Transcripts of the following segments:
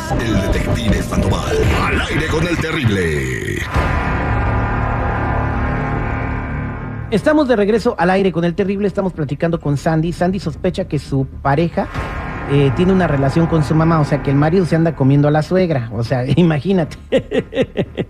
El detective Sandoval. Al aire con el terrible. Estamos de regreso al aire con el terrible. Estamos platicando con Sandy. Sandy sospecha que su pareja tiene una relación con su mamá, o sea que el marido se anda comiendo a la suegra, o sea, imagínate. Entonces,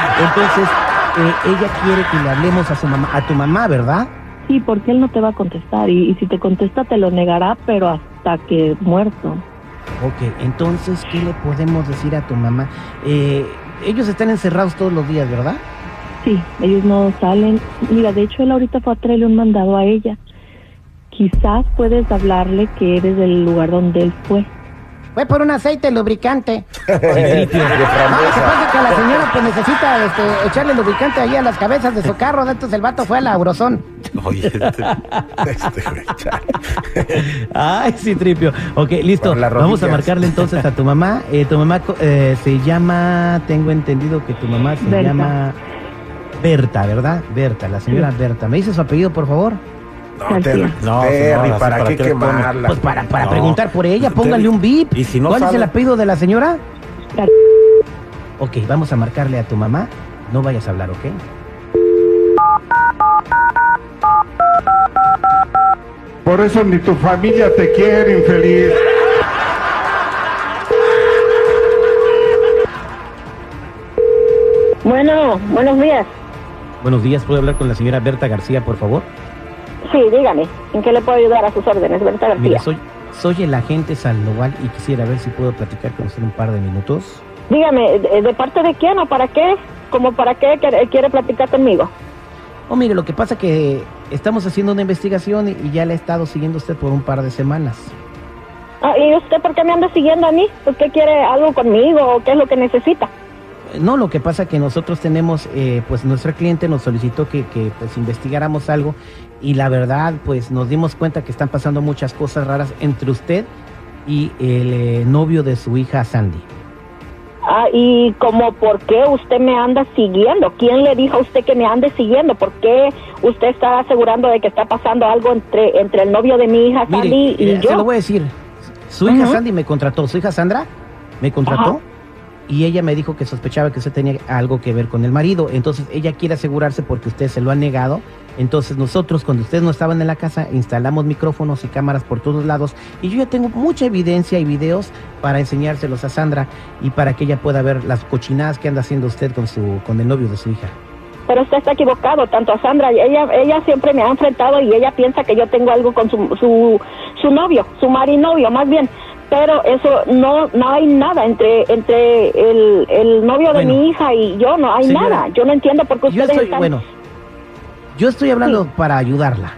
ella quiere que le hablemos a su mamá, a tu mamá, ¿verdad? Sí, porque él no te va a contestar y si te contesta te lo negará, pero hasta que muerto. Ok, entonces, ¿qué le podemos decir a tu mamá? Ellos están encerrados todos los días, ¿verdad? Sí, ellos no salen. Mira, de hecho él ahorita fue a traerle un mandado a ella. Quizás puedes hablarle que eres del lugar donde él fue. Fue por un aceite lubricante. No, lo que pasa es que la señora pues necesita echarle lubricante ahí a las cabezas de su carro. Entonces el vato fue a la Auroson. Oye, Ay, sí, Tripio. Ok, listo. Vamos a marcarle entonces a tu mamá. Tu mamá se llama, tengo entendido que tu mamá se llama Berta, ¿verdad? Berta, la señora Berta. ¿Me dice su apellido, por favor? No, ¿para qué quemarla? Pues para preguntar por ella, póngale un bip. ¿Y si no ¿Cuál sabe? es el apellido de la señora? Ok, vamos a marcarle a tu mamá. No vayas a hablar, ¿ok? Por eso ni tu familia te quiere, infeliz. Bueno, buenos días. Buenos días, ¿puedo hablar con la señora Berta García, por favor? Sí, dígame, ¿en qué le puedo ayudar a sus órdenes, Berta García? Mira, soy el agente Sandoval y quisiera ver si puedo platicar con usted un par de minutos. Dígame, ¿de parte de quién o para qué? ¿Cómo para qué quiere platicar conmigo? Oh, mire, lo que pasa que estamos haciendo una investigación y ya la he estado siguiendo usted por un par de semanas. Ah, ¿y usted por qué me anda siguiendo a mí? ¿Por qué quiere algo conmigo o qué es lo que necesita? No, lo que pasa que nosotros tenemos, pues nuestra cliente nos solicitó que pues investigáramos algo y la verdad, pues nos dimos cuenta que están pasando muchas cosas raras entre usted y el novio de su hija Sandy. Ah, ¿y como por qué usted me anda siguiendo? ¿Quién le dijo a usted que me ande siguiendo? ¿Por qué usted está asegurando de que está pasando algo entre el novio de mi hija Sandy y yo? Se lo voy a decir, su hija Sandy me contrató, su hija Sandra me contrató. Ajá. Y ella me dijo que sospechaba que usted tenía algo que ver con el marido. Entonces ella quiere asegurarse porque usted se lo ha negado. Entonces nosotros, cuando ustedes no estaban en la casa, instalamos micrófonos y cámaras por todos lados. Y yo ya tengo mucha evidencia y videos para enseñárselos a Sandra y para que ella pueda ver las cochinadas que anda haciendo usted con el novio de su hija. Pero usted está equivocado, tanto a Sandra, ella siempre me ha enfrentado y ella piensa que yo tengo algo con su novio, su marinovio más bien. Pero eso no hay nada entre el novio de mi hija y yo, no hay nada. Yo no entiendo por qué ustedes están... Yo estoy hablando para ayudarla.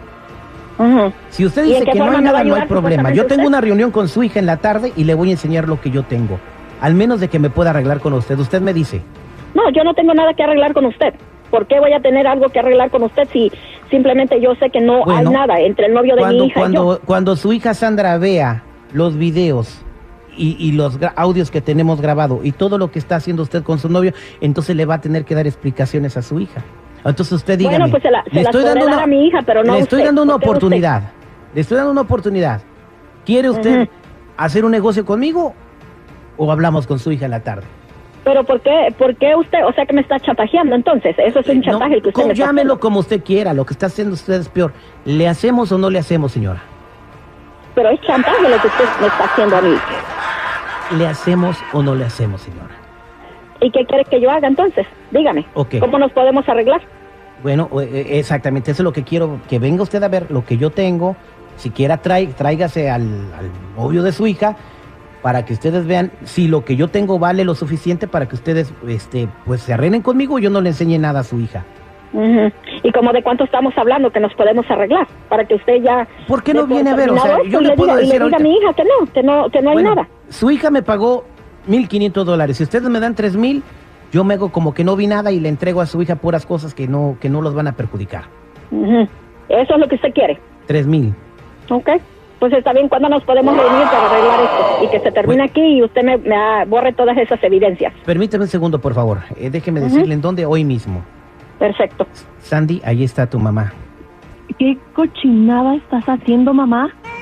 Si usted ¿Y dice en qué que no forma hay me va nada, a no hay ayudar, problema. Yo supuestamente tengo usted? una reunión con su hija en la tarde y le voy a enseñar lo que yo tengo. Al menos de que me pueda arreglar con usted. Usted me dice. No, yo no tengo nada que arreglar con usted. ¿Por qué voy a tener algo que arreglar con usted si simplemente yo sé que no hay nada entre el novio de mi hija y yo? Cuando su hija Sandra vea los videos y los audios que tenemos grabado y todo lo que está haciendo usted con su novio, entonces le va a tener que dar explicaciones a su hija. Entonces usted dígame. Bueno, pues se la podré dar a mi hija, pero no le estoy usted. dando una ¿Por qué oportunidad. Le estoy dando una oportunidad. ¿Quiere usted hacer un negocio conmigo o hablamos con su hija en la tarde? ¿Pero por qué usted, o sea que me está chantajeando entonces? Eso es un chantaje el que usted me está Llámelo haciendo. como usted quiera, lo que está haciendo usted es peor. ¿Le hacemos o no le hacemos, señora? Pero es chantaje lo que usted me está haciendo a mí. ¿Le hacemos o no le hacemos, señora? ¿Y qué quiere que yo haga entonces? Dígame. Ok. ¿Cómo nos podemos arreglar? Bueno, exactamente, eso es lo que quiero, que venga usted a ver lo que yo tengo. Siquiera tráigase al novio de su hija para que ustedes vean si lo que yo tengo vale lo suficiente para que ustedes pues se arreglen conmigo y yo no le enseñe nada a su hija. ¿Y como de cuánto estamos hablando que nos podemos arreglar? Para que usted ya... ¿Por qué no viene a ver? O sea, yo le puedo decir y le diga a mi hija que no hay nada. Su hija me pagó $1,500. Si ustedes me dan $3,000, yo me hago como que no vi nada y le entrego a su hija puras cosas que no los van a perjudicar. Eso es lo que usted quiere. $3,000. Ok. Pues está bien, ¿cuándo nos podemos reunir para arreglar esto? Y que se termine aquí y usted me borre todas esas evidencias. Permítame un segundo, por favor. Déjeme decirle en dónde hoy mismo. Perfecto. Sandy, ahí está tu mamá. ¿Qué cochinada estás haciendo, mamá?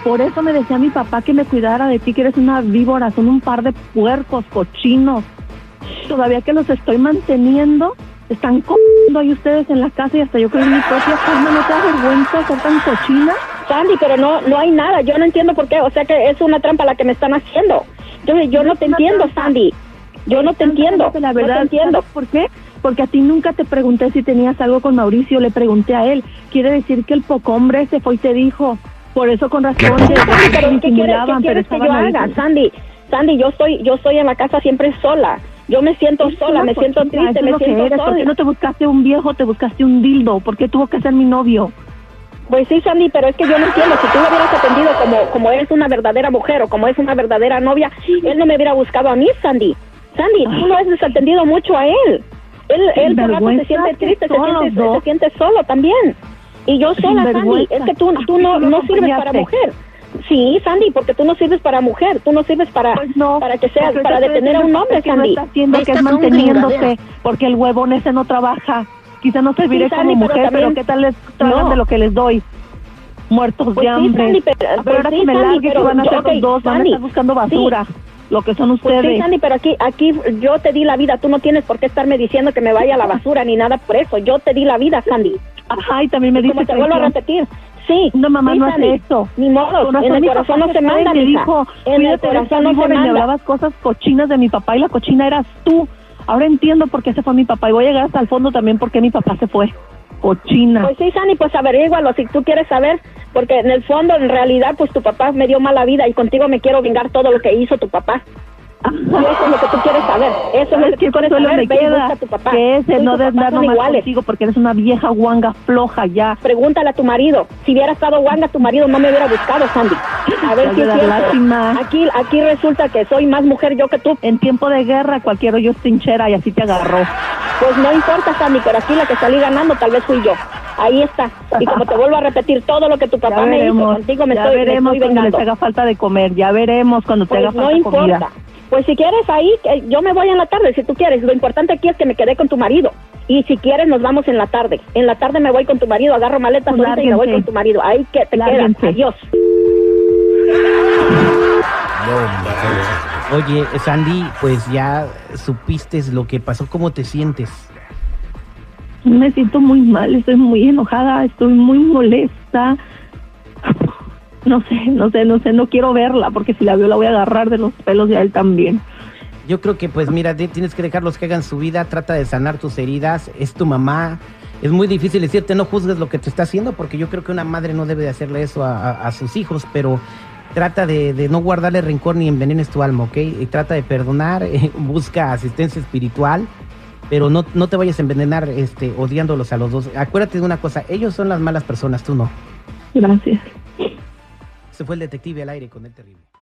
Por eso me decía mi papá que me cuidara de ti, que eres una víbora, son un par de puercos, cochinos. Todavía que los estoy manteniendo, están comiendo ahí ustedes en la casa y hasta yo creo en mi propia forma. ¿No te da vergüenza ser tan cochina? Sandy, pero no hay nada, yo no entiendo por qué, o sea que es una trampa la que me están haciendo. Yo no te entiendo, Sandy, yo no te entiendo, la verdad, no te entiendo. ¿Por qué? Porque a ti nunca te pregunté si tenías algo con Mauricio, le pregunté a él. Quiere decir que el poco hombre se fue y te dijo. Por eso con razón pero ¿qué quieres que yo haga, Sandy? Sandy, yo estoy en la casa siempre sola. Yo me siento sola, me siento triste, me siento sola. ¿Por qué no te buscaste un viejo, te buscaste un dildo? ¿Por qué tuvo que ser mi novio? Pues sí, Sandy, pero es que yo no entiendo. Si tú me hubieras atendido como eres una verdadera mujer o como es una verdadera novia, él no me hubiera buscado a mí, Sandy. Sandy, tú lo has desatendido mucho a él. Él por rato se siente triste, se siente solo también. Y yo sola, Sandy, es que tú no sirves para mujer. Sí, Sandy, porque tú no sirves para mujer, tú no sirves para que seas, para detener a un hombre, Sandy. Está haciendo que es manteniéndose, porque el huevón ese no trabaja. Quizá no serviré como mujer, pero ¿qué tal les tragan de lo que les doy? Muertos de hambre. Sandy, pero ahora que me largue, que van a hacer los dos, van a estar buscando basura. Lo que son ustedes. Pues sí, Sandy, pero aquí yo te di la vida, tú no tienes por qué estarme diciendo que me vaya a la basura ni nada por eso, yo te di la vida, Sandy. Ajá, y también me dice como te vuelvo a repetir, sí. No, mamá, sí, no Sandy, hace eso. Ni modo, en el corazón no se manda, me dijo, en el corazón no se manda. Me hablabas cosas cochinas de mi papá y la cochina eras tú. Ahora entiendo por qué se fue mi papá y voy a llegar hasta el fondo también por qué mi papá se fue. Cochina. Pues sí, Sandy, pues averígualo si tú quieres saber, porque en el fondo, en realidad, pues tu papá me dio mala vida y contigo me quiero vengar todo lo que hizo tu papá. Y eso es lo que tú quieres saber. Eso es lo que tú quieres saber. Me queda, tu papá. Que ese no debe andar nomás contigo porque eres una vieja guanga floja ya. Pregúntale a tu marido. Si hubiera estado guanga, tu marido no me hubiera buscado, Sandy. A ver si es cierto. Aquí resulta que soy más mujer yo que tú. En tiempo de guerra cualquier hoyo es trinchera y así te agarró. Pues no importa, Sandy, pero aquí la que salí ganando tal vez fui yo. Ahí está. Y como te vuelvo a repetir, todo lo que tu papá me hizo contigo me estoy vengando. Cuando les haga falta de comer. Ya veremos cuando te haga falta de comida. Pues si quieres ahí, yo me voy en la tarde, si tú quieres. Lo importante aquí es que me quedé con tu marido. Y si quieres, nos vamos en la tarde. En la tarde me voy con tu marido, agarro maletas ahorita y me voy con tu marido. Ahí que te quedas. Adiós. Oye, Sandy, pues ya supiste lo que pasó. ¿Cómo te sientes? Me siento muy mal, estoy muy enojada, estoy muy molesta. No sé, no quiero verla, porque si la veo la voy a agarrar de los pelos y a él también. Yo creo que pues mira, tienes que dejarlos que hagan su vida, trata de sanar tus heridas, es tu mamá. Es muy difícil decirte no juzgues lo que te está haciendo, porque yo creo que una madre no debe de hacerle eso a sus hijos, pero trata de no guardarle rencor ni envenenes tu alma, ¿ok? Y trata de perdonar, busca asistencia espiritual, pero no te vayas a envenenar odiándolos a los dos. Acuérdate de una cosa, ellos son las malas personas, tú no. Gracias. Se fue el detective al aire con El Terrible.